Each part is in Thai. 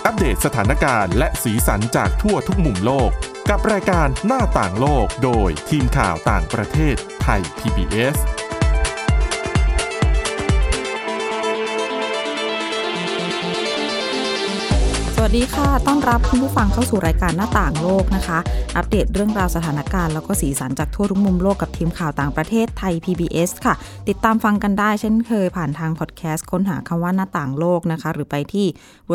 อัปเดตสถานการณ์และสีสันจากทั่วทุกมุมโลกกับรายการหน้าต่างโลกโดยทีมข่าวต่างประเทศไทย PBS สวัสดีค่ะต้อนรับคุณผู้ฟังเข้าสู่รายการหน้าต่างโลกนะคะอัปเดตเรื่องราวสถานการณ์แล้วก็สีสันจากทั่วทุกมุมโลกกับทีมข่าวต่างประเทศไทย PBS ค่ะติดตามฟังกันได้เช่นเคยผ่านทางพอดแคสต์ค้นหาคำว่าหน้าต่างโลกนะคะหรือไปที่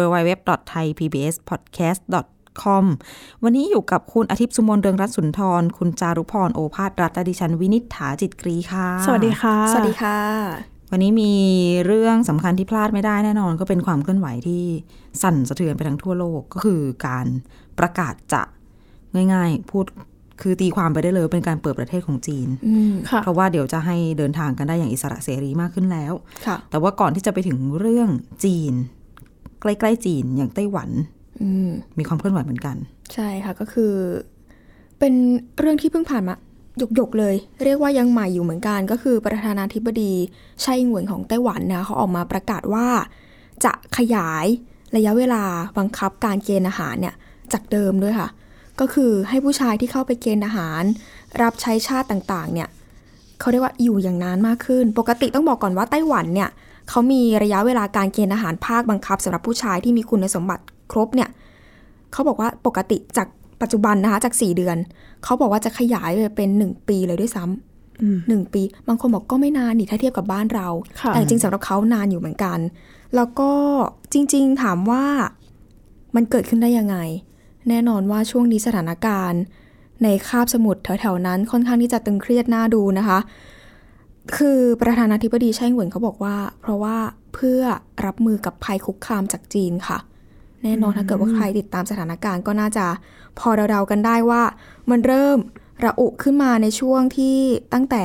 www.thaipbspodcast.com วันนี้อยู่กับคุณอาทิตย์สุมนต์เรืองรัตน์สุนทรคุณจารุพรโอภาสรัตน์และดิฉันวินิษฐาจิตกรีค่ะสวัสดีค่ะสวัสดีค่ะวันนี้มีเรื่องสำคัญที่พลาดไม่ได้แน่นอนก็เป็นความเคลื่อนไหวที่สั่นสะเทือนไปทั้งทั่วโลกก็คือการประกาศจะง่ายๆพูดคือตีความไปได้เลยเป็นการเปิดประเทศของจีนเพราะว่าเดี๋ยวจะให้เดินทางกันได้อย่างอิสระเสรีมากขึ้นแล้วแต่ว่าก่อนที่จะไปถึงเรื่องจีนใกล้ๆจีนอย่างไต้หวันมีความเคลื่อนไหวเหมือนกันใช่ค่ะก็คือเป็นเรื่องที่เพิ่งผ่านมาหยกๆเลยเรียกว่ายังใหม่อยู่เหมือนกันก็คือประธานาธิบดีไช่อิงเหวินของไต้หวันนะเขาออกมาประกาศว่าจะขยายระยะเวลาบังคับการเกณฑ์อาหารเนี่ยจากเดิมด้วยค่ะก็คือให้ผู้ชายที่เข้าไปเกณฑ์อาหารรับใช้ชาติต่างๆเนี่ยเขาเรียกว่าอยู่อย่างนานมากขึ้นปกติต้องบอกก่อนว่าไต้หวันเนี่ยเขามีระยะเวลาการเกณฑ์อาหารภาคบังคับสำหรับผู้ชายที่มีคุณสมบัติครบเนี่ยเขาบอกว่าปกติจากปัจจุบันนะคะจาก4 เดือนเขาบอกว่าจะขยายไปเป็น1 ปีเลยด้วยซ้ำ1 ปีบางคนบอกก็ไม่นานนี่ถ้าเทียบกับบ้านเราแต่จริงๆสำหรับเขานานอยู่เหมือนกันแล้วก็จริงๆถามว่ามันเกิดขึ้นได้ยังไงแน่นอนว่าช่วงนี้สถานการณ์ในคาบสมุทรแถวๆนั้นค่อนข้างที่จะตึงเครียดน่าดูนะคะคือประธานาธิบดีไช่อิงเหวินเขาบอกว่าเพราะว่าเพื่อรับมือกับภัยคุกคามจากจีนค่ะแน่นอนถ้าเกิดว่าใครติดตามสถานการณ์ก็น่าจะพอเดาๆกันได้ว่ามันเริ่มระอุขึ้นมาในช่วงที่ตั้งแต่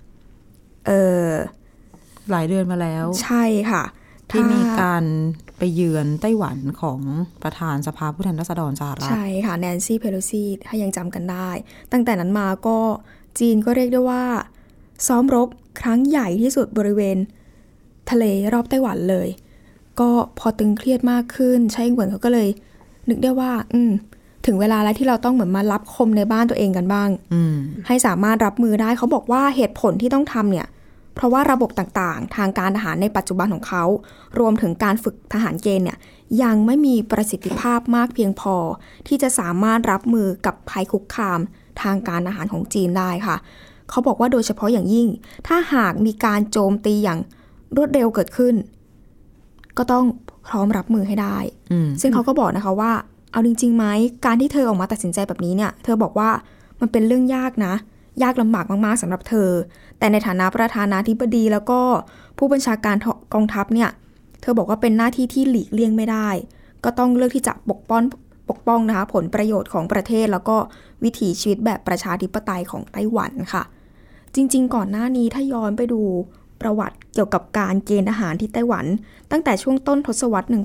หลายเดือนมาแล้วใช่ค่ะที่มีการไปเยือนไต้หวันของประธานสภาผู้แทนราษฎรสหรัฐใช่ค่ะแนนซี่เพโลซีถ้ายังจำกันได้ตั้งแต่นั้นมาก็จีนก็เรียกได้ว่าซ้อมรบครั้งใหญ่ที่สุดบริเวณทะเลรอบไต้หวันเลยก็พอตึงเครียดมากขึ้นไช่อิงเหวินเขาก็เลยนึกได้ว่าถึงเวลาแล้วที่เราต้องเหมือนมารับคมในบ้านตัวเองกันบ้างให้สามารถรับมือได้เขาบอกว่าเหตุผลที่ต้องทำเนี่ยเพราะว่าระบบต่างๆทางการทหารในปัจจุบันของเขารวมถึงการฝึกทหารเกณฑ์เนี่ยยังไม่มีประสิทธิภาพมากเพียงพอที่จะสามารถรับมือกับภัยคุกคามทางการทหารของจีนได้ค่ะเขาบอกว่าโดยเฉพาะอย่างยิ่งถ้าหากมีการโจมตีอย่างรวดเร็วเกิดขึ้นก็ต้องพร้อมรับมือให้ได้ซึ่งเขาก็บอกนะคะว่าเอาจริงๆไหมการที่เธอออกมาตัดสินใจแบบนี้เนี่ยเธอบอกว่ามันเป็นเรื่องยากนะยากลำบากมากๆสำหรับเธอแต่ในฐานะประธานาธิบดีแล้วก็ผู้บัญชาการกองทัพเนี่ยเธอบอกว่าเป็นหน้าที่ที่หลีกเลี่ยงไม่ได้ก็ต้องเลือกที่จะปกป้องนะคะผลประโยชน์ของประเทศแล้วก็วิถีชีวิตแบบประชาธิปไตยของไต้หวันค่ะจริงๆก่อนหน้านี้ถ้าย้อนไปดูประวัติเกี่ยวกับการเกณฑ์อาหารที่ไต้หวันตั้งแต่ช่วงต้นทศวรรษ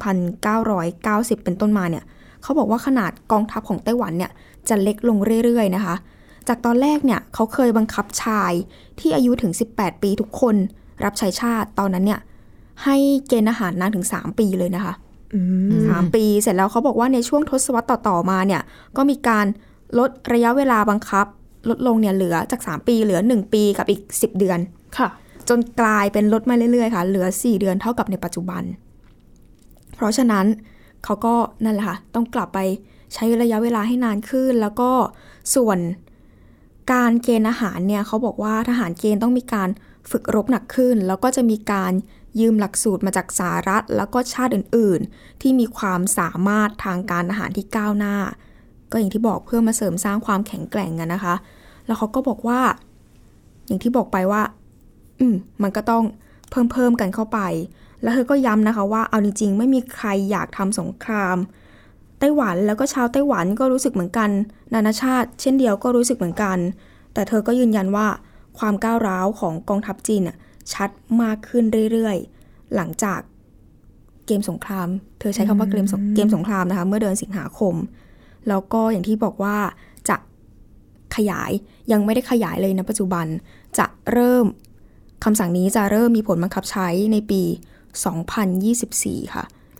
1990 เป็นต้นมาเนี่ยเขาบอกว่าขนาดกองทัพของไต้หวันเนี่ยจะเล็กลงเรื่อยๆนะคะจากตอนแรกเนี่ยเขาเคยบังคับชายที่อายุถึง18 ปีทุกคนรับใช้ชาติตอนนั้นเนี่ยให้เกณฑ์อาหารนานถึง3 ปีเลยนะคะ3 ปีเสร็จแล้วเขาบอกว่าในช่วงทศวรรษต่อๆมาเนี่ยก็มีการลดระยะเวลาบังคับลดลงเนี่ยเหลือจาก3 ปีเหลือ1 ปีกับอีก10 เดือนค่ะจนกลายเป็นลดมาเรื่อยๆค่ะเหลือ4 เดือนเท่ากับในปัจจุบันเพราะฉะนั้นเขาก็นั่นแหละค่ะต้องกลับไปใช้ระยะเวลาให้นานขึ้นแล้วก็ส่วนการเกณฑ์อาหารเนี่ยเขาบอกว่าทหารเกณฑ์ต้องมีการฝึกรบหนักขึ้นแล้วก็จะมีการยืมหลักสูตรมาจากสหรัฐแล้วก็ชาติอื่นๆที่มีความสามารถทางการทหารที่ก้าวหน้าก็อย่างที่บอกเพื่อมาเสริมสร้างความแข็งแกร่งกันนะคะแล้วเขาก็บอกว่าอย่างที่บอกไปว่ามันก็ต้องเพิ่มกันเข้าไปแล้วเธอก็ย้ำนะคะว่าเอาจริงๆไม่มีใครอยากทำสงครามไต้หวันแล้วก็ชาวไต้หวันก็รู้สึกเหมือนกันนานาชาติเช่นเดียวก็รู้สึกเหมือนกันแต่เธอก็ยืนยันว่าความก้าวร้าวของกองทัพจีนชัดมากขึ้นเรื่อยๆหลังจากเกมสงครามเธอใช้คำว่าเกมสงครามนะคะเมื่อเดือนสิงหาคมแล้วก็อย่างที่บอกว่าจะขยายยังไม่ได้ขยายเลยนะปัจจุบันจะเริ่มคำสั่งนี้จะเริ่มมีผลบังคับใช้ในปี2024ค่ะ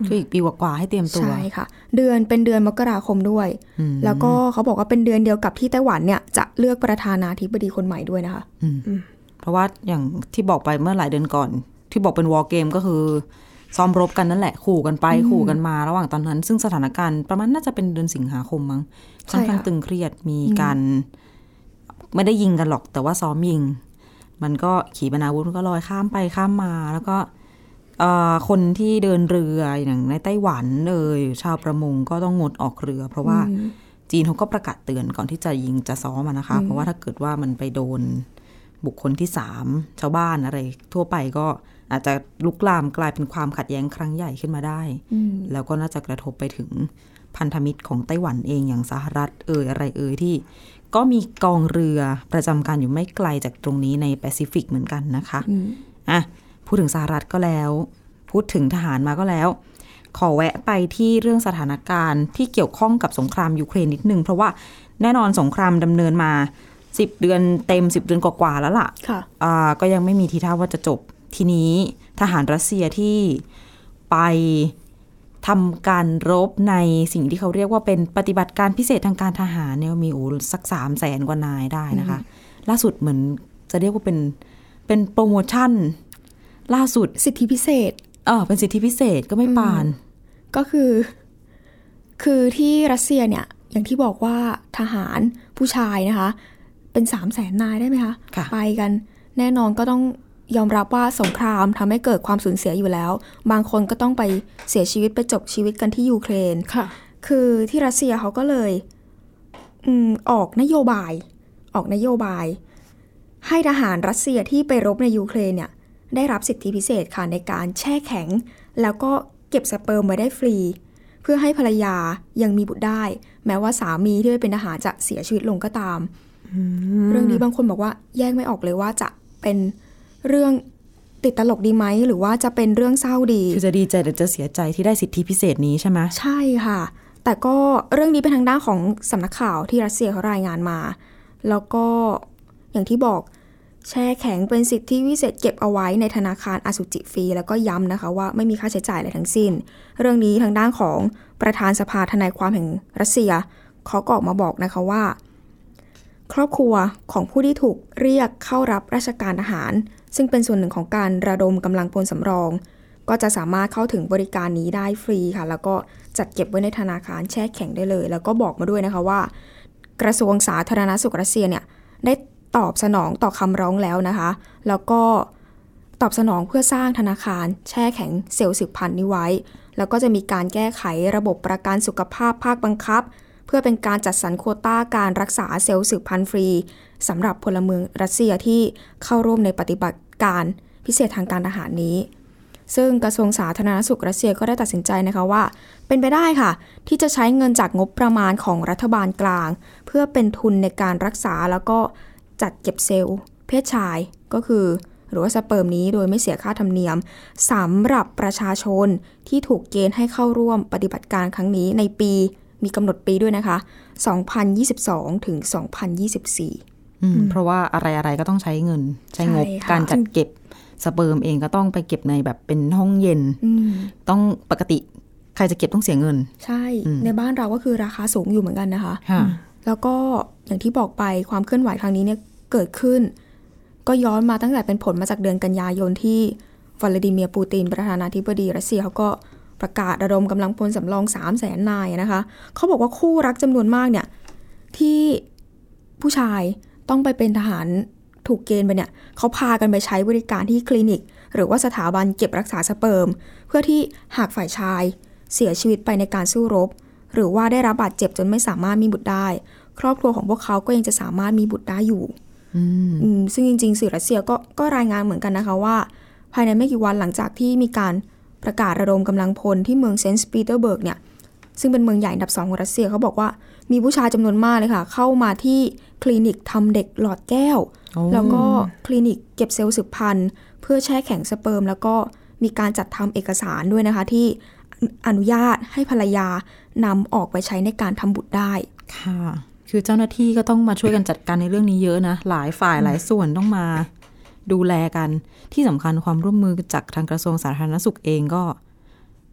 คืออีกปีกว่าๆให้เตรียมตัวใช่ค่ะเป็นเดือนมกราคมด้วยแล้วก็เขาบอกว่าเป็นเดือนเดียวกับที่ไต้หวันเนี่ยจะเลือกประธานาธิบดีคนใหม่ด้วยนะคะเพราะว่าอย่างที่บอกไปเมื่อหลายเดือนก่อนที่บอกเป็นวอร์เกมก็คือซ้อมรบกันนั่นแหละขู่กันไปขู่กันมาระหว่างตอนนั้นซึ่งสถานการณ์ประมาณน่าจะเป็นเดือนสิงหาคมมั้งค่อนข้างตึงเครียดมีการไม่ได้ยิงกันหรอกแต่ว่าซ้อมยิงมันก็ขีปนาวุธก็ลอยข้ามไปข้ามมาแล้วก็คนที่เดินเรืออย่างในไต้หวันชาวประมงก็ต้องงดออกเรือเพราะว่าจีนเขาก็ประกาศเตือนก่อนที่จะยิงจะซ้อมนะคะเพราะว่าถ้าเกิดว่ามันไปโดนบุคคลที่3ชาวบ้านอะไรทั่วไปก็อาจจะลุกลามกลายเป็นความขัดแย้งครั้งใหญ่ขึ้นมาได้แล้วก็น่าจะกระทบไปถึงพันธมิตรของไต้หวันเองอย่างสหรัฐอะไรที่ก็มีกองเรือประจำการอยู่ไม่ไกลจากตรงนี้ในแปซิฟิกเหมือนกันนะคะพูดถึงสหรัฐก็แล้วพูดถึงทหารมาก็แล้วขอแวะไปที่เรื่องสถานการณ์ที่เกี่ยวข้องกับสงครามยูเครนนิดนึงเพราะว่าแน่นอนสงครามดำเนินมา10 เดือนเต็ม10 เดือนกว่าๆแล้วล่ะก็ยังไม่มีทีท่าว่าจะจบทีนี้ทหารรัสเซียที่ไปทำการรบในสิ่งที่เขาเรียกว่าเป็นปฏิบัติการพิเศษทางการทหารเนี่ยมีสัก 300,000 กว่านายได้นะคะล่าสุดเหมือนจะเรียกว่าเป็นโปรโมชั่นล่าสุดสิทธิพิเศษเป็นสิทธิพิเศษก็ไม่ปานก็คือที่รัสเซียเนี่ยอย่างที่บอกว่าทหารผู้ชายนะคะเป็น 300,000 นายได้ไหมคะไปกันแน่นอนก็ต้องยอมรับว่าสงครามทำให้เกิดความสูญเสียอยู่แล้วบางคนก็ต้องไปเสียชีวิตไปจบชีวิตกันที่ยูเครนคือที่รัสเซียเขาก็เลยออกนโยบายให้ทหารรัสเซียที่ไปรบในยูเครนเนี่ยได้รับสิทธิพิเศษค่ะในการแช่แข็งแล้วก็เก็บสเปิร์มไว้ได้ฟรีเพื่อให้ภรรยายังมีบุตรได้แม้ว่าสามีที่เป็นทหารจะเสียชีวิตลงก็ตามเรื่องนี้บางคนบอกว่าแยกไม่ออกเลยว่าจะเป็นเรื่องติดตลกดีไหมหรือว่าจะเป็นเรื่องเศร้าดีคือจะดีใจหรือจะเสียใจที่ได้สิทธิพิเศษนี้ใช่ไหมใช่ค่ะแต่ก็เรื่องนี้เป็นทางด้านของสำนักข่าวที่รัสเซียเขารายงานมาแล้วก็อย่างที่บอกแช่แข็งเป็นสิทธิพิเศษเก็บเอาไว้ในธนาคารอสุจิฟรีแล้วก็ย้ำนะคะว่าไม่มีค่าใช้จ่ายอะไรทั้งสิ้นเรื่องนี้ทางด้านของประธานสภาทนายความแห่งรัสเซียเขาก็ออกมาบอกนะคะว่าครอบครัวของผู้ที่ถูกเรียกเข้ารับราชการทหารซึ่งเป็นส่วนหนึ่งของการระดมกำลังพลสำรองก็จะสามารถเข้าถึงบริการนี้ได้ฟรีค่ะแล้วก็จัดเก็บไว้ในธนาคารแช่แข็งได้เลยแล้วก็บอกมาด้วยนะคะว่ากระทรวงสาธารณสุขรัสเซียเนี่ยได้ตอบสนองต่อคำร้องแล้วนะคะแล้วก็ตอบสนองเพื่อสร้างธนาคารแช่แข็งเซลล์สืบพันธุ์นี้ไว้แล้วก็จะมีการแก้ไขระบบประกันสุขภาพภาคบังคับเพื่อเป็นการจัดสรรโควต้าการรักษาเซลล์สืบพันธุ์ฟรีสำหรับพลเมืองรัสเซียที่เข้าร่วมในปฏิบัติการพิเศษทางการทหารนี้ซึ่งกระทรวงสาธารณสุขรัสเซียก็ได้ตัดสินใจนะคะว่าเป็นไปได้ค่ะที่จะใช้เงินจากงบประมาณของรัฐบาลกลางเพื่อเป็นทุนในการรักษาแล้วก็จัดเก็บเซลล์เพศชายก็คือหรือว่าสเปิร์มนี้โดยไม่เสียค่าธรรมเนียมสำหรับประชาชนที่ถูกเกณฑ์ให้เข้าร่วมปฏิบัติการครั้งนี้ในปีมีกำหนดปีด้วยนะคะ2022ถึง2024 เพราะว่าอะไรๆก็ต้องใช้เงินใช้งบการจัดเก็บสเปิร์มเองก็ต้องไปเก็บในแบบเป็นห้องเย็นต้องปกติใครจะเก็บต้องเสียเงินใช่ในบ้านเราก็คือราคาสูงอยู่เหมือนกันนะคะแล้วก็อย่างที่บอกไปความเคลื่อนไหวครั้งนี้เนี่ยเกิดขึ้นก็ย้อนมาตั้งแต่เป็นผลมาจากเดือนกันยายนที่วลาดิเมียร์ปูตินประธานาธิบดีรัสเซียเขาก็ประกาศระดมกำลังพลสำรอง 300,000 นายนะคะเขาบอกว่าคู่รักจำนวนมากเนี่ยที่ผู้ชายต้องไปเป็นทหารถูกเกณฑ์ไปเนี่ยเขาพากันไปใช้บริการที่คลินิกหรือว่าสถาบันเก็บรักษาสเปิร์มเพื่อที่หากฝ่ายชายเสียชีวิตไปในการสู้รบหรือว่าได้รับบาดเจ็บจนไม่สามารถมีบุตรได้ครอบครัวของพวกเขาก็ยังจะสามารถมีบุตรได้อยู่ซึ่งจริงๆสื่อรัสเซียก็รายงานเหมือนกันนะคะว่าภายในไม่กี่วันหลังจากที่มีการประกาศระดมกำลังพลที่เมืองเซนต์ปีเตอร์เบิร์กเนี่ยซึ่งเป็นเมืองใหญ่อันดับ2ของรัสเซียเขาบอกว่ามีผู้ชายจำนวนมากเลยค่ะเข้ามาที่คลินิกทำเด็กหลอดแก้วแล้วก็คลินิกเก็บเซลล์สืบพันธุ์เพื่อแช่แข็งสเปิร์มแล้วก็มีการจัดทำเอกสารด้วยนะคะที่อนุญาตให้ภรรยานำออกไปใช้ในการทำบุตรได้ค่ะคือเจ้าหน้าที่ก็ต้องมาช่วยกันจัดการในเรื่องนี้เยอะนะหลายฝ่ายหลายส่วนต้องมาดูแลกันที่สำคัญความร่วมมือจากทางกระทรวงสาธารณสุขเองก็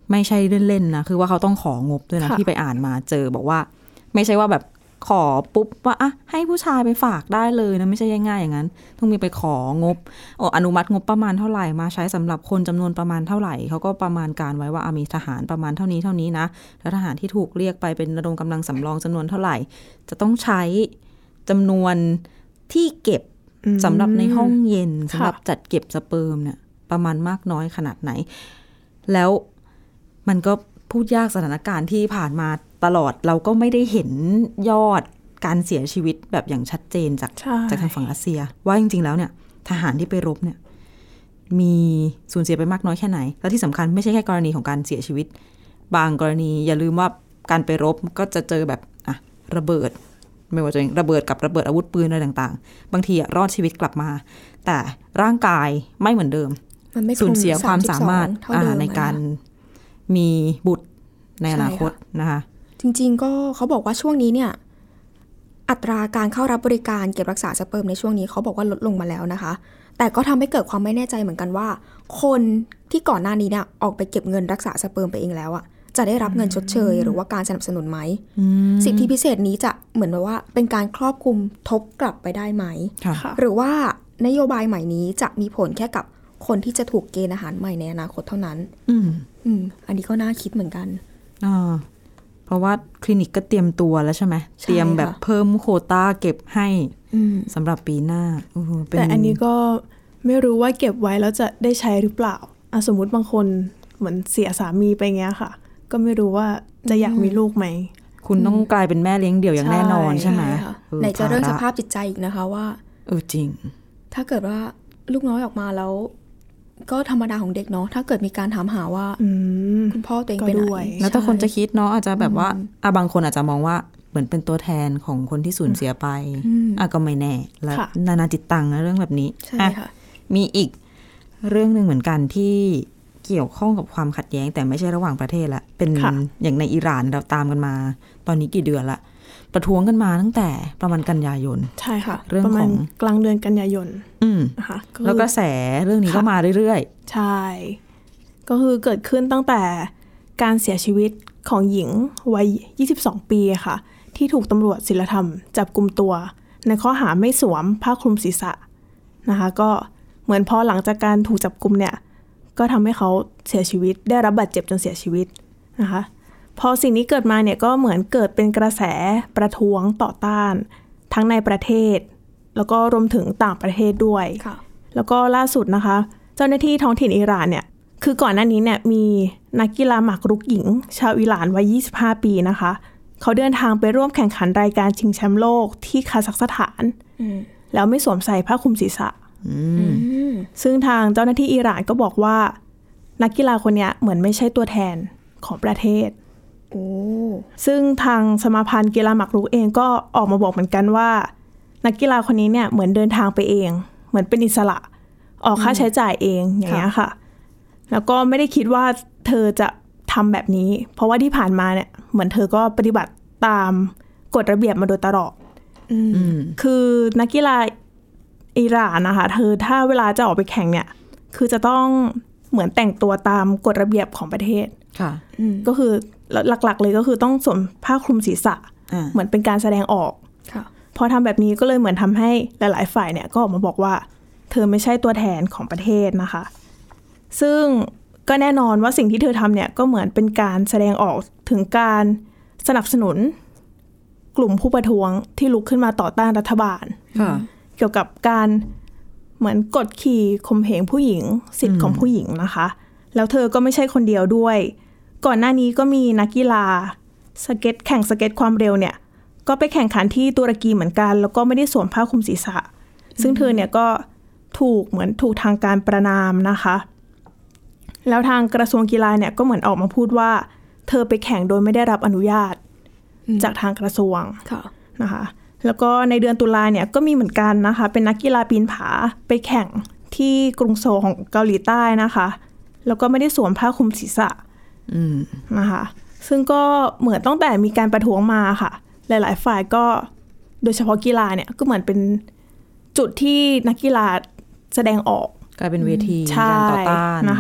ไม่ใช่เล่นๆนะคือว่าเขาต้องของบด้วยนะที่ไปอ่านมาเจอบอกว่าไม่ใช่ว่าแบบขอปุ๊บว่าอ่ะให้ผู้ชายไปฝากได้เลยนะไม่ใช่ง่ายๆอย่างนั้นต้องมีไปของบอนุมัติงบประมาณเท่าไหร่มาใช้สำหรับคนจำนวนประมาณเท่าไหร่เขาก็ประมาณการไว้ว่ามีทหารประมาณเท่านี้นะแล้วทหารที่ถูกเรียกไปเป็นระดมกำลังสำรองจำนวนเท่าไหร่จะต้องใช้จำนวนที่เก็บสำหรับในห้องเย็นสำหรับจัดเก็บสเปิร์มเนี่ยประมาณมากน้อยขนาดไหนแล้วมันก็พูดยากสถานการณ์ที่ผ่านมาตลอดเราก็ไม่ได้เห็นยอดการเสียชีวิตแบบอย่างชัดเจนจากทางฝั่งรัสเซียว่าจริงๆแล้วเนี่ยทหารที่ไปรบเนี่ยมีสูญเสียไปมากน้อยแค่ไหนแล้วที่สำคัญไม่ใช่แค่กรณีของการเสียชีวิตบางกรณีอย่าลืมว่าการไปรบก็จะเจอแบบระเบิดไม่ว่าจะระเบิดกับระเบิดอาวุธปืนอะไรต่างๆบางทีรอดชีวิตกลับมาแต่ร่างกายไม่เหมือนเดิมสูญเสียความสามารถในการมีบุตรในอนาคตนะคะจริงๆก็เขาบอกว่าช่วงนี้เนี่ยอัตราการเข้ารับบริการเก็บรักษาสเปิร์มในช่วงนี้เขาบอกว่าลดลงมาแล้วนะคะแต่ก็ทำให้เกิดความไม่แน่ใจเหมือนกันว่าคนที่ก่อนหน้านี้เนี่ยออกไปเก็บเงินรักษาสเปิร์มไปเองแล้วอะจะได้รับเงินชดเชยหรือว่าการสนับสนุนไหมสิทธิพิเศษนี้จะเหมือนแบบว่าเป็นการครอบคลุมทบกลับไปได้ไหมหรือว่านโยบายใหม่นี้จะมีผลแค่กับคนที่จะถูกเกณฑ์อาหารใหม่ในอนาคตเท่านั้นอันนี้ก็น่าคิดเหมือนกันเพราะว่าคลินิกก็เตรียมตัวแล้วใช่ไหมเตรียมแบบเพิ่มโควต้าเก็บให้สำหรับปีหน้าแต่อันนี้ก็ไม่รู้ว่าเก็บไว้แล้วจะได้ใช้หรือเปล่าสมมุติบางคนเหมือนเสียสามีไปเงี้ยค่ะก็ไม่รู้ว่าจะอยากมีลูกไหมคุณต้องกลายเป็นแม่เลี้ยงเดี่ยวอย่างแน่นอนใช่ไหมไหนจะเรื่องสภาพจิตใจอีกนะคะว่าจริงถ้าเกิดว่าลูกน้อยออกมาแล้วก็ธรรมดาของเด็กเนาะถ้าเกิดมีการถามหาว่าคุณพ่อตัวเองเป็นอะไรแล้วถ้าคนจะคิดเนาะอาจจะแบบว่าบางคนอาจจะมองว่าเหมือนเป็นตัวแทนของคนที่สูญเสียไปก็ไม่แน่แล้วนานาจิตตังนะเรื่องแบบนี้ใช่ค่ะมีอีกเรื่องนึงเหมือนกันที่เกี่ยวข้องกับความขัดแย้งแต่ไม่ใช่ระหว่างประเทศละเป็นอย่างในอิหร่านเราตามกันมาตอนนี้กี่เดือนละประท้วงกันมาตั้งแต่ประมาณกันยายนใช่ค่ะเรื่องของกลางเดือนกันยายนนะคะแล้วกระแสเรื่องนี้ก็มาเรื่อยๆใช่ก็คือเกิดขึ้นตั้งแต่การเสียชีวิตของหญิงวัย22ปีค่ะที่ถูกตำรวจศีลธรรมจับกุมตัวในข้อหาไม่สวมผ้าคลุมศีรษะนะคะก็เหมือนพอหลังจากการถูกจับกุมเนี่ยก็ทำให้เขาเสียชีวิตได้รับบาดเจ็บจนเสียชีวิตนะคะพอสิ่งนี้เกิดมาเนี่ยก็เหมือนเกิดเป็นกระแสประท้วงต่อต้านทั้งในประเทศแล้วก็รวมถึงต่างประเทศด้วยแล้วก็ล่าสุดนะคะเจ้าหน้าที่ท้องถิ่นอิหร่านเนี่ยคือก่อนหน้านี้เนี่ยมีนักกีฬาหมากรุกหญิงชาวอิหร่านวัย25ปีนะคะเขาเดินทางไปร่วมแข่งขันรายการชิงแชมป์โลกที่คาซัคสถานแล้วไม่สวมใส่ผ้าคลุมศีรษะซึ่งทางเจ้าหน้าที่อิหร่านก็บอกว่านักกีฬาคนนี้เหมือนไม่ใช่ตัวแทนของประเทศซึ่งทางสมาพันธ์กีฬาหมากรุกเองก็ออกมาบอกเหมือนกันว่านักกีฬาคนนี้เนี่ยเหมือนเดินทางไปเองเหมือนเป็นอิสระออกค่าใช้จ่ายเองอย่างเงี้ยค่ะแล้วก็ไม่ได้คิดว่าเธอจะทำแบบนี้เพราะว่าที่ผ่านมาเนี่ยเหมือนเธอก็ปฏิบัติตามกฎระเบียบมาโดยตลอดคือนักกีฬาอิหร่านนะคะเธอถ้าเวลาจะออกไปแข่งเนี่ยคือจะต้องเหมือนแต่งตัวตามกฎระเบียบของประเทศก็คือหลักๆเลยก็คือต้องสวมผ้าคลุมศีรษะเหมือนเป็นการแสดงออกพอทำแบบนี้ก็เลยเหมือนทำให้หลายๆฝ่ายเนี่ยก็ออกมาบอกว่าเธอไม่ใช่ตัวแทนของประเทศนะคะซึ่งก็แน่นอนว่าสิ่งที่เธอทำเนี่ยก็เหมือนเป็นการแสดงออกถึงการสนับสนุนกลุ่มผู้ประท้วงที่ลุกขึ้นมาต่อต้านรัฐบาลเกี่ยวกับการเหมือนกดขี่ข่มเหงผู้หญิงสิทธิ์ของผู้หญิงนะคะแล้วเธอก็ไม่ใช่คนเดียวด้วยก่อนหน้านี้ก็มีนักกีฬาแข่งสเก็ตความเร็วเนี่ยก็ไปแข่งขันที่ตุรกีเหมือนกันแล้วก็ไม่ได้สวมผ้าคลุมศีรษะซึ่งเธอเนี่ยก็ถูกทางการประณามนะคะแล้วทางกระทรวงกีฬาเนี่ยก็เหมือนออกมาพูดว่าเธอไปแข่งโดยไม่ได้รับอนุญาตจากทางกระทรวงนะคะแล้วก็ในเดือนตุลาเนี่ยก็มีเหมือนกันนะคะเป็นนักกีฬาปีนผาไปแข่งที่กรุงโซลของเกาหลีใต้นะคะแล้วก็ไม่ได้สวมผ้าคลุมศีรษะนะคะซึ่งก็เหมือนตั้งแต่มีการประท้วงมาค่ะหลายๆฝ่ายก็โดยเฉพาะกีฬาเนี่ยก็เหมือนเป็นจุดที่นักกีฬาแสดงออกกลายเป็นเวทีการต่อต้านนะคะ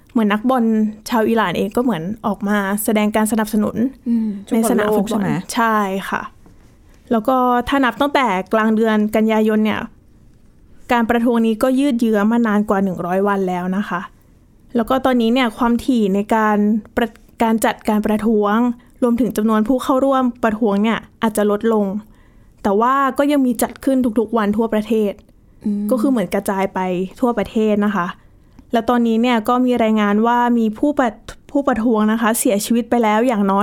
เหมือนนักบอลชาวอิหร่านเองก็เหมือนออกมาแสดงการสนับสนุนในสนามฟุตบอลใช่ค่ะแล้วก็ถ้านับตั้งแต่กลางเดือนกันยายนเนี่ยการประท้วงนี้ก็ยืดเยื้อมานานกว่า100วันแล้วนะคะแล้วก็ตอนนี้เนี่ยความถี่ในการจัดการประท้วงรวมถึงจำนวนผู้เข้าร่วมประท้วงเนี่ยอาจจะลดลงแต่ว่าก็ยังมีจัดขึ้นทุกๆวันทั่วประเทศก็คือเหมือนกระจายไปทั่วประเทศนะคะแล้วตอนนี้เนี่ยก็มีรายงานว่ามีผู้ประท้วงนะคะเสียชีวิตไปแล้วอย่างน้อย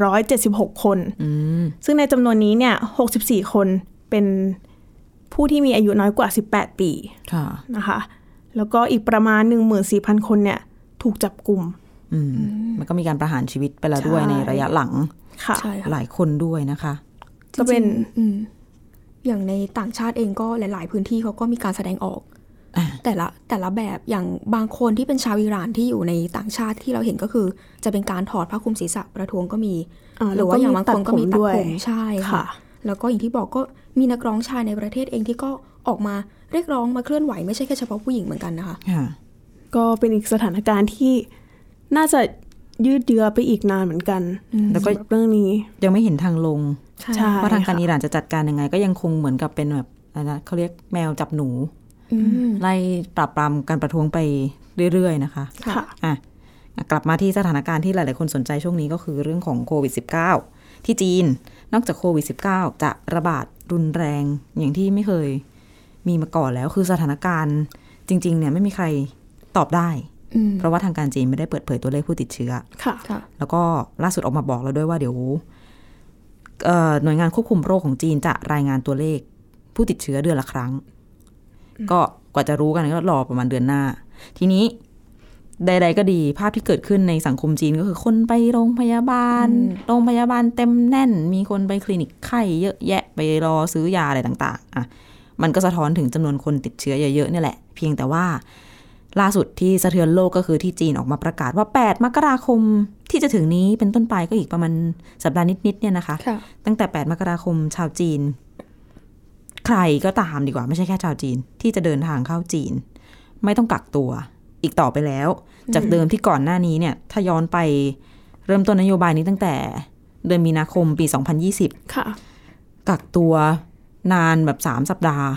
476คนซึ่งในจำนวนนี้เนี่ย64คนเป็นผู้ที่มีอายุน้อยกว่า18ปีนะคะแล้วก็อีกประมาณ 14,000 คนเนี่ยถูกจับกุมมันก็มีการประหารชีวิตไปแล้วด้วยในระยะหลังหลายคนด้วยนะคะก็เป็นอย่างในต่างชาติเองก็หลายๆพื้นที่เขาก็มีการแสดงออกแต่ละแบบอย่างบางคนที่เป็นชาวอิหร่านที่อยู่ในต่างชาติที่เราเห็นก็คือจะเป็นการถอดผ้าคลุมศีรษะประท้วงก็มีหรือว่าอย่างบางคนก็มีตัดผมใช่ค่ะแล้วก็อย่างที่บอกก็มีนักร้องชายในประเทศเองที่ก็ออกมาเรียกร้องมาเคลื่อนไหวไม่ใช่แค่เฉพาะผู้หญิงเหมือนกันนะคะก็เป็นอีกสถานการณ์ที่น่าจะยืดเยื้อไปอีกนานเหมือนกันแล้วก็เรื่องนี้ยังไม่เห็นทางลงว่าทางการอิหร่านจะจัดการยังไงก็ยังคงเหมือนกับเป็นแบบอะไรนะเขาเรียกแมวจับหนูไล่ปราบปรามการประท้วงไปเรื่อยๆนะคะกลับมาที่สถานการณ์ที่หลายๆคนสนใจช่วงนี้ก็คือเรื่องของโควิด -19 ที่จีนนอกจากโควิด -19 จะระบาดรุนแรงอย่างที่ไม่เคยมีมาก่อนแล้วคือสถานการณ์จริงๆเนี่ยไม่มีใครตอบได้เพราะว่าทางการจีนไม่ได้เปิดเผยตัวเลขผู้ติดเชื้อแล้วก็ล่าสุดออกมาบอกแล้วด้วยว่าเดี๋ยวหน่วยงานควบคุมโรคของจีนจะรายงานตัวเลขผู้ติดเชื้อเดือนละครั้งก็กว่าจะรู้กันก็รอประมาณเดือนหน้าทีนี้ใดๆก็ดีภาพที่เกิดขึ้นในสังคมจีนก็คือคนไปโรงพยาบาลเต็มแน่นมีคนไปคลินิกไข้เยอะแยะไปรอซื้อยาอะไรต่างๆมันก็สะท้อนถึงจำนวนคนติดเชื้อเยอะๆนี่แหละเพียงแต่ว่าล่าสุดที่สะเทือนโลกก็คือที่จีนออกมาประกาศว่า8มกราคมที่จะถึงนี้เป็นต้นไปก็อีกประมาณสัปดาห์นิดๆเนี่ยนะคะตั้งแต่8มกราคมชาวจีนใครก็ตามดีกว่าไม่ใช่แค่ชาวจีนที่จะเดินทางเข้าจีนไม่ต้องกักตัวอีกต่อไปแล้วจากเดิมที่ก่อนหน้านี้เนี่ยถ้าย้อนไปเริ่มต้นนโยบายนี้ตั้งแต่เดือนมีนาคมปี2020ค่ะกักตัวนานแบบ3สัปดาห์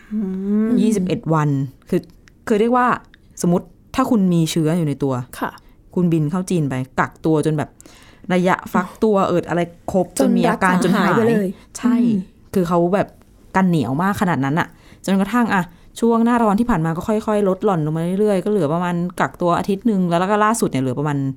21วันคือเรียกว่าสมมติถ้าคุณมีเชื้ออยู่ในตัวคุณบินเข้าจีนไปกักตัวจนแบบระยะฟักตัวอะไรครบจนมีอาการจนหายไปเลยใช่คือเขาแบบกันเหนียวมากขนาดนั้นอะจนกระทั่งช่วงหน้าร้อนที่ผ่านมาก็ค่อยๆลดหลั่นลงมาเรื่อยๆก็เหลือประมาณกักตัวอาทิตย์นึงแล้วก็ล่าสุดเนี่ยเหลือประมาณ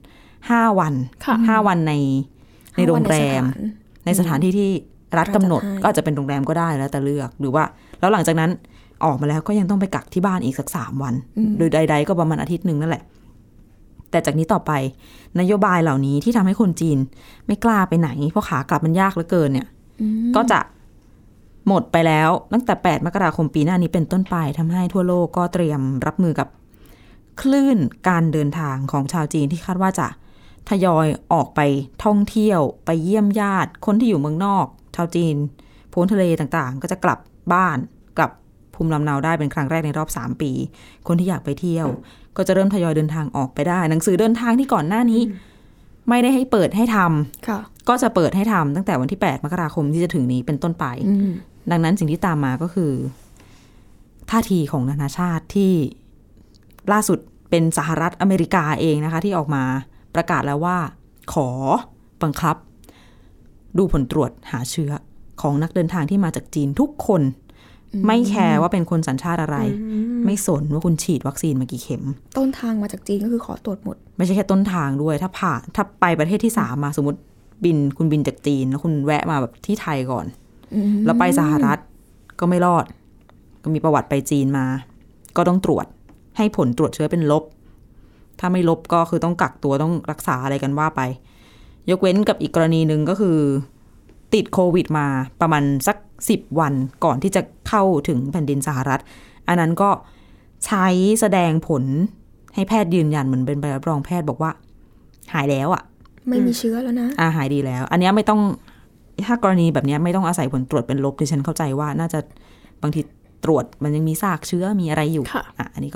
5วัน5วันในโรงแรมในสถานที่ที่รัฐกำหนดก็อาจจะเป็นโรงแรมก็ได้แล้วแต่เลือกหรือว่าแล้วหลังจากนั้นออกมาแล้วก็ยังต้องไปกักที่บ้านอีกสัก3วันโดยใดๆก็ประมาณอาทิตย์นึงนั่นแหละแต่จากนี้ต่อไปนโยบายเหล่านี้ที่ทำให้คนจีนไม่กล้าไปไหนเพราะขากลับมันยากเหลือเกินเนี่ยก็จะหมดไปแล้วตั้งแต่8มกราคมปีหน้านี้เป็นต้นไปทำให้ทั่วโลกก็เตรียมรับมือกับคลื่นการเดินทางของชาวจีนที่คาดว่าจะทยอยออกไปท่องเที่ยวไปเยี่ยมญาติคนที่อยู่เมืองนอกชาวจีนพ้นทะเลต่างๆก็จะกลับบ้านกลับภูมิลำเนาได้เป็นครั้งแรกในรอบ3ปีคนที่อยากไปเที่ยวก็จะเริ่มทยอยเดินทางออกไปได้หนังสือเดินทางที่ก่อนหน้านี้ไม่ได้ให้เปิดให้ทำก็จะเปิดให้ทำตั้งแต่วันที่8มกราคมที่จะถึงนี้เป็นต้นไปดังนั้นสิ่งที่ตามมาก็คือท่าทีของนานาชาติที่ล่าสุดเป็นสหรัฐอเมริกาเองนะคะที่ออกมาประกาศแล้วว่าขอบังคับดูผลตรวจหาเชื้อของนักเดินทางที่มาจากจีนทุกคนไม่แคร์ว่าเป็นคนสัญชาติอะไรไม่สนว่าคุณฉีดวัคซีนมากี่เข็มต้นทางมาจากจีนก็คือขอตรวจหมดไม่ใช่แค่ต้นทางด้วยถ้าไปประเทศที่3มาสมมติคุณบินจากจีนแล้วคุณแวะมาแบบที่ไทยก่อนแล้วไปสหรัฐก็ไม่รอดก็มีประวัติไปจีนมาก็ต้องตรวจให้ผลตรวจเชื้อเป็นลบถ้าไม่ลบก็คือต้องกักตัวต้องรักษาอะไรกันว่าไปยกเว้นกับอีกกรณีนึงก็คือติดโควิดมาประมาณสัก10วันก่อนที่จะเข้าถึงแผ่นดินสหรัฐอันนั้นก็ใช้แสดงผลให้แพทย์ยืนยันเหมือนเป็นใบรับรองแพทย์บอกว่าหายแล้วไม่มีเชื้อแล้วนะหายดีแล้วอันนี้ไม่ต้องถ้ากรณีแบบนี้ไม่ต้องอาศัยผลตรวจเป็นลบดิฉันเข้าใจว่าน่าจะบางทีตรวจมันยังมีซากเชื้อมีอะไรอยู่อันนี้ก็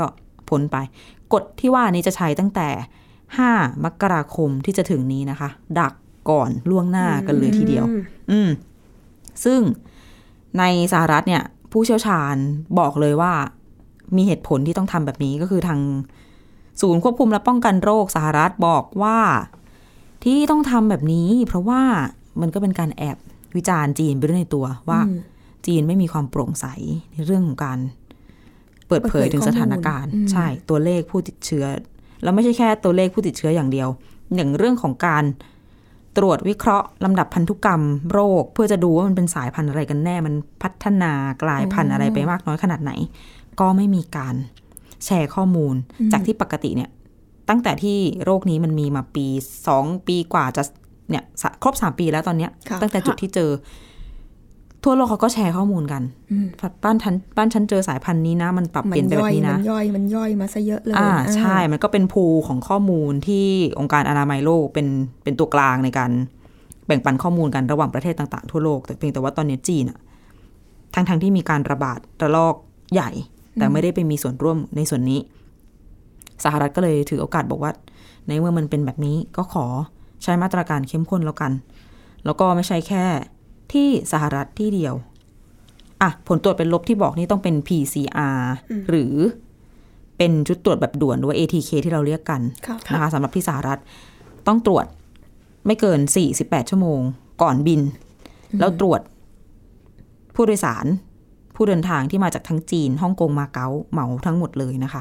พ้นไปกฎที่ว่านี้จะใช้ตั้งแต่5 มกราคมที่จะถึงนี้นะคะดักก่อนล่วงหน้ากันเลยทีเดียวซึ่งในสหรัฐเนี่ยผู้เชี่ยวชาญบอกเลยว่ามีเหตุผลที่ต้องทำแบบนี้ก็คือทางศูนย์ควบคุมและป้องกันโรคสหรัฐบอกว่าที่ต้องทำแบบนี้เพราะว่ามันก็เป็นการแอบวิจารณ์จีนไปด้วยในตัวว่าจีนไม่มีความโปร่งใสในเรื่องของการเปิดเผยถึงสถานการณ์ใช่ตัวเลขผู้ติดเชื้อแล้วไม่ใช่แค่ตัวเลขผู้ติดเชื้ออย่างเดียวอย่างเรื่องของการตรวจวิเคราะห์ลำดับพันธุกรรมโรคเพื่อจะดูว่ามันเป็นสายพันธุ์อะไรกันแน่มันพัฒนากลายพันธุ์อะไรไปมากน้อยขนาดไหนก็ไม่มีการแชร์ข้อมูลจากที่ปกติเนี่ยตั้งแต่ที่โรคนี้มันมีมาปี2 ปีกว่าจะเนี่ยครบ3 ปีแล้วตอนเนี้ยตั้งแต่จุดที่เจอทั่วโลกเขาก็แชร์ข้อมูลกันบ้านฉันเจอสายพันธุ์นี้นะมันปรับเปลี่ยนไปแบบนี้นะมันย่อยมาซะเยอะเลยใช่มันก็เป็นพูลของข้อมูลที่องค์การอนามัยโลกเป็นตัวกลางในการแบ่งปันข้อมูลกันระหว่างประเทศต่างๆทั่วโลกแต่เพียงแต่ว่าตอนนี้จีนอะทั้งที่มีการระบาดระลอกใหญ่แต่ไม่ได้ไปมีส่วนร่วมในส่วนนี้สหรัฐก็เลยถือโอกาสบอกว่าในเมื่อมันเป็นแบบนี้ก็ขอใช้มาตรการเข้มข้นแล้วกันแล้วก็ไม่ใช่แค่ที่สหรัฐที่เดียวผลตรวจเป็นลบที่บอกนี่ต้องเป็น PCR หรือเป็นชุดตรวจแบบด่วนหรือว่า ATK ที่เราเรียกกันนะคะสำหรับที่สหรัฐต้องตรวจไม่เกิน48 ชั่วโมงก่อนบินแล้วตรวจผู้โดยสารผู้เดินทางที่มาจากทั้งจีนฮ่องกงมาเก๊าเหมาทั้งหมดเลยนะคะ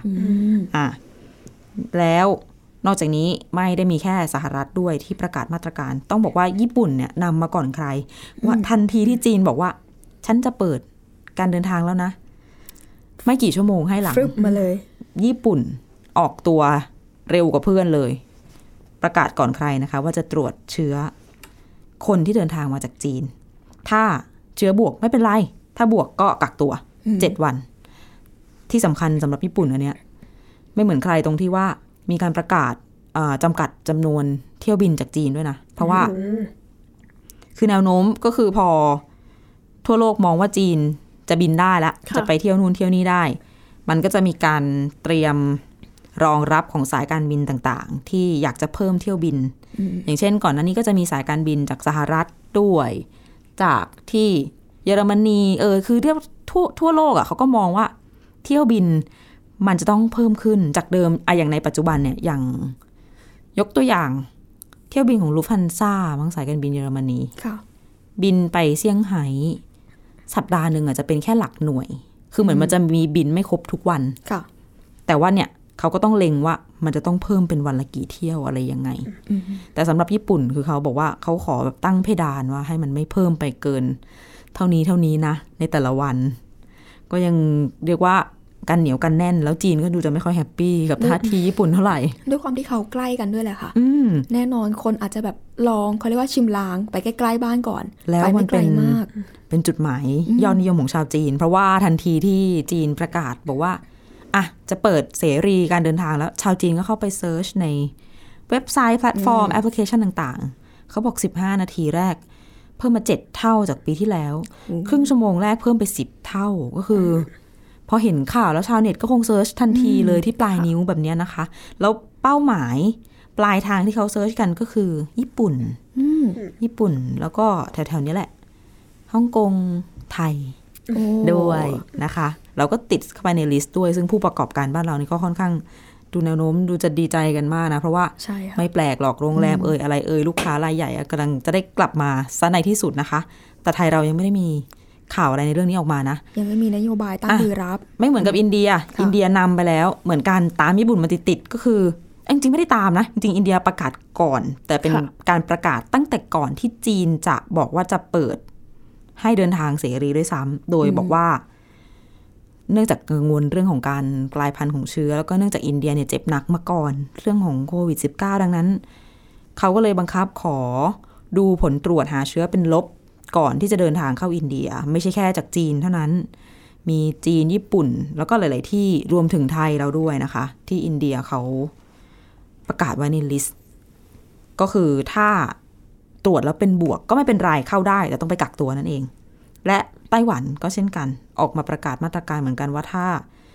แล้วนอกจากนี้ไม่ได้มีแค่สหรัฐด้วยที่ประกาศมาตรการต้องบอกว่าญี่ปุ่นเนี่ยนำมาก่อนใครว่าทันทีที่จีนบอกว่าฉันจะเปิดการเดินทางแล้วนะไม่กี่ชั่วโมงให้หลังฟึบมาเลยญี่ปุ่นออกตัวเร็วกว่าเพื่อนเลยประกาศก่อนใครนะคะว่าจะตรวจเชื้อคนที่เดินทางมาจากจีนถ้าเชื้อบวกไม่เป็นไรถ้าบวกก็กักตัว7 วันที่สำคัญสำหรับญี่ปุ่นอันเนี้ยไม่เหมือนใครตรงที่ว่ามีการประกาศจำกัดจำนวนเที่ยวบินจากจีนด้วยนะเพราะว่าคือแนวโน้มก็คือพอทั่วโลกมองว่าจีนจะบินได้แล้วจะไปเที่ยวนู่นเที่ยวนี่ได้มันก็จะมีการเตรียมรองรับของสายการบินต่างๆที่อยากจะเพิ่มเที่ยวบินอย่างเช่นก่อนหน้านี้ก็จะมีสายการบินจากสหรัฐด้วยจากที่เยอรมนีคือเรียกทั่วโลกเขาก็มองว่าเที่ยวบินมันจะต้องเพิ่มขึ้นจากเดิมอย่างในปัจจุบันเนี่ยอย่างยกตัวอย่างเที่ยวบินของลูฟทันซ่าบางสายการบินเยอรมนีบินไปเซี่ยงไฮ้สัปดาห์นึงจะเป็นแค่หลักหน่วยคือเหมือนมันจะมีบินไม่ครบทุกวันแต่ว่าเนี่ยเขาก็ต้องเล็งว่ามันจะต้องเพิ่มเป็นวันละกี่เที่ยวอะไรยังไงแต่สำหรับญี่ปุ่นคือเขาบอกว่าเขาขอแบบตั้งเพดานว่าให้มันไม่เพิ่มไปเกินเท่านี้นะในแต่ละวันก็ยังเรียกว่ากันเหนียวกันแน่นแล้วจีนก็ดูจะไม่ค่อยแฮปปี้กับท่าทีญี่ปุ่นเท่าไหร่ด้วยความที่เขาใกล้กันด้วยแหละค่ะแน่นอนคนอาจจะแบบลองเขาเรียกว่าชิมลางไปใกล้ๆบ้านก่อนแล้วมันเป็นจุดหมายยอดนิยมของชาวจีนเพราะว่าทันทีที่จีนประกาศบอกว่าจะเปิดเสรีการเดินทางแล้วชาวจีนก็เข้าไปเซิร์ชในเว็บไซต์แพลตฟอร์มแอปพลิเคชันต่างๆเขาบอก15 นาทีแรกเพิ่มมา7 เท่าจากปีที่แล้วครึ่งชั่วโมงแรกเพิ่มไป10 เท่าก็คือพอเห็นข่าวแล้วชาวเน็ตก็คงเซิร์ชทันทีเลยที่ปลายนิ้วแบบนี้นะคะแล้วเป้าหมายปลายทางที่เขาเซิร์ชกันก็คือญี่ปุ่นแล้วก็แถวๆนี้แหละฮ่องกงไทยด้วยนะคะเราก็ติดเข้าไปในลิสต์ด้วยซึ่งผู้ประกอบการบ้านเรานี่ก็ค่อนข้างดูแนวโน้มดูจะดีใจกันมากนะเพราะว่าไม่แปลกหรอกโรงแรมอะไรลูกค้ารายใหญ่กำลังจะได้กลับมาซะในที่สุดนะคะแต่ไทยเรายังไม่ได้มีข่าวอะไรในเรื่องนี้ออกมานะยังไม่มีนโยบายตั้งคือรับไม่เหมือนกับอินเดียนำไปแล้วเหมือนกันตามญี่ปุ่นมาติดก็คือจริงๆไม่ได้ตามนะจริงๆอินเดียประกาศก่อนแต่เป็นการประกาศตั้งแต่ก่อนที่จีนจะบอกว่าจะเปิดให้เดินทางเสรีด้วยซ้ำโดยบอกว่าเนื่องจากกังวลเรื่องของการกลายพันธุ์ของเชื้อแล้วก็เนื่องจากอินเดียเนี่ยเจ็บหนักมาก่อนเรื่องของโควิด -19 ดังนั้นเขาก็เลยบังคับขอดูผลตรวจหาเชื้อเป็นลบก่อนที่จะเดินทางเข้าอินเดียไม่ใช่แค่จากจีนเท่านั้นมีจีนญี่ปุ่นแล้วก็หลายๆที่รวมถึงไทยเราด้วยนะคะที่อินเดียเขาประกาศไว้ในลิสต์ก็คือถ้าตรวจแล้วเป็นบวกก็ไม่เป็นไรเข้าได้แต่ต้องไปกักตัวนั่นเองและไต้หวันก็เช่นกันออกมาประกาศมาตรการเหมือนกันว่าถ้า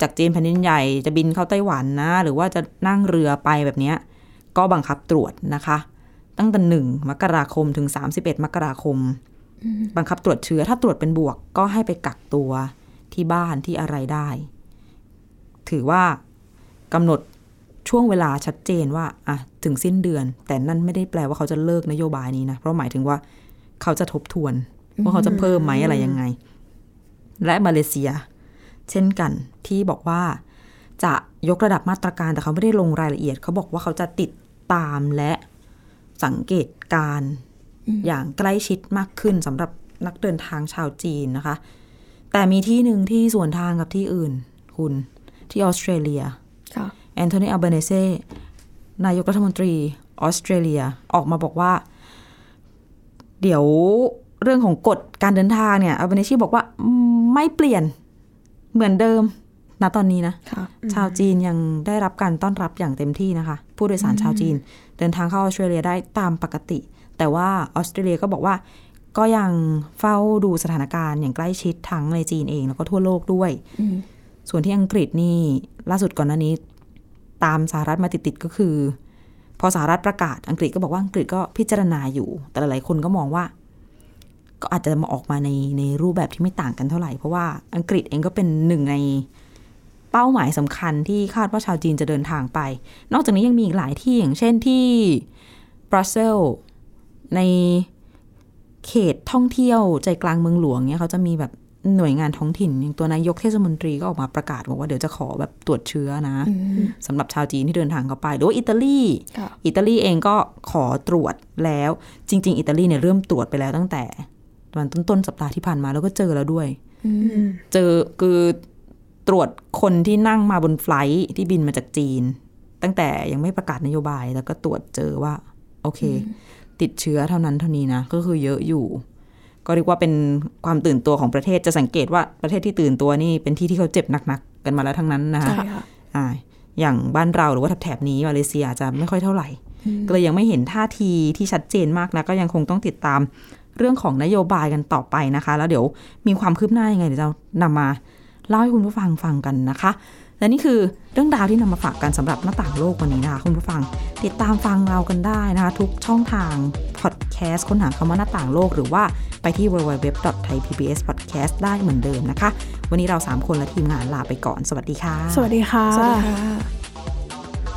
จากจีนแผ่นดินใหญ่จะบินเข้าไต้หวันนะหรือว่าจะนั่งเรือไปแบบนี้ก็บังคับตรวจนะคะตั้งแต่1 มกราคมถึง31 มกราคมบังคับตรวจเชื้อถ้าตรวจเป็นบวกก็ให้ไปกักตัวที่บ้านที่อะไรได้ถือว่ากำหนดช่วงเวลาชัดเจนว่าถึงสิ้นเดือนแต่นั่นไม่ได้แปลว่าเขาจะเลิกนโยบายนี้นะเพราะหมายถึงว่าเขาจะทบทวนว่าเขาจะเพิ่มไหมอะไรยังไงและมาเลเซียเช่นกันที่บอกว่าจะยกระดับมาตรการแต่เขาไม่ได้ลงรายละเอียดเขาบอกว่าเขาจะติดตามและสังเกตการอย่างใกล้ชิดมากขึ้นสำหรับนักเดินทางชาวจีนนะคะแต่มีที่หนึ่งที่ส่วนทางกับที่อื่นคุณที่ออสเตรเลียแอนโทนี อัลเบเนเซนายกรัฐมนตรีออสเตรเลียออกมาบอกว่าเดี๋ยวเรื่องของกฎการเดินทางเนี่ยอัลเบเนเซบอกว่าไม่เปลี่ยนเหมือนเดิมณตอนนี้นะชาวจีนยังได้รับการต้อนรับอย่างเต็มที่นะคะผู้โดยสารชาวจีนเดินทางเข้าออสเตรเลียได้ตามปกติแต่ว่าออสเตรเลียก็บอกว่าก็ยังเฝ้าดูสถานการณ์อย่างใกล้ชิดทั้งในจีนเองแล้วก็ทั่วโลกด้วยส่วนที่อังกฤษนี่ล่าสุดก่อนหน้านี้ตามสหรัฐมาติดๆก็คือพอสหรัฐประกาศอังกฤษก็บอกว่าอังกฤษก็พิจารณาอยู่แต่หลายๆคนก็มองว่าก็อาจจะมาออกมาในรูปแบบที่ไม่ต่างกันเท่าไหร่เพราะว่าอังกฤษเองก็เป็นหนึ่งในเป้าหมายสำคัญที่คาดว่าชาวจีนจะเดินทางไปนอกจากนี้ยังมีอีกหลายที่อย่างเช่นที่บรัสเซลส์ในเขตท่องเที่ยวใจกลางเมืองหลวงเนี่ยเขาจะมีแบบหน่วยงานท้องถิ่นอย่างตัวนายกเทศมนตรีก็ออกมาประกาศบอกว่าเดี๋ยวจะขอแบบตรวจเชื้อนะสำหรับชาวจีนที่เดินทางเข้าไปหรือว่าอิตาลีเองก็ขอตรวจแล้วจริงๆอิตาลีเนี่ยเริ่มตรวจไปแล้วตั้งแต่วันต้นสัปดาห์ที่ผ่านมาแล้วก็เจอแล้วด้วยเจอคือตรวจคนที่นั่งมาบนไฟลท์ที่บินมาจากจีนตั้งแต่ยังไม่ประกาศนโยบายแล้วก็ตรวจเจอว่าโอเคติดเชื้อเท่านั้นเท่านี้นะก็คือเยอะอยู่ก็เรียกว่าเป็นความตื่นตัวของประเทศจะสังเกตว่าประเทศที่ตื่นตัวนี่เป็นที่เขาเจ็บหนักๆกันมาแล้วทั้งนั้นนะคะอย่างบ้านเราหรือว่าแถบนี้มาเลเซียจะไม่ค่อยเท่าไหร่ก็เลยยังไม่เห็นท่าทีที่ชัดเจนมากนะก็ยังคงต้องติดตามเรื่องของนโยบายกันต่อไปนะคะแล้วเดี๋ยวมีความคืบหน้ายังไงเดี๋ยวจะนำมาเล่าให้คุณผู้ฟังฟังกันนะคะและนี่คือเรื่องราวที่นำมาฝากกันสำหรับหน้าต่างโลกวันนี้นะคะคุณผู้ฟังติดตามฟังเรากันได้นะคะทุกช่องทางพอดแคสต์ค้นหาคำว่าหน้าต่างโลกหรือว่าไปที่ www.thaipbspodcast ได้เหมือนเดิมนะคะวันนี้เรา3คนและทีมงานลาไปก่อนสวัสดีค่ะสวัสดีค่ะ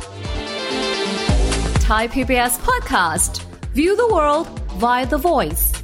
Thai PBS Podcast View the world via The Voice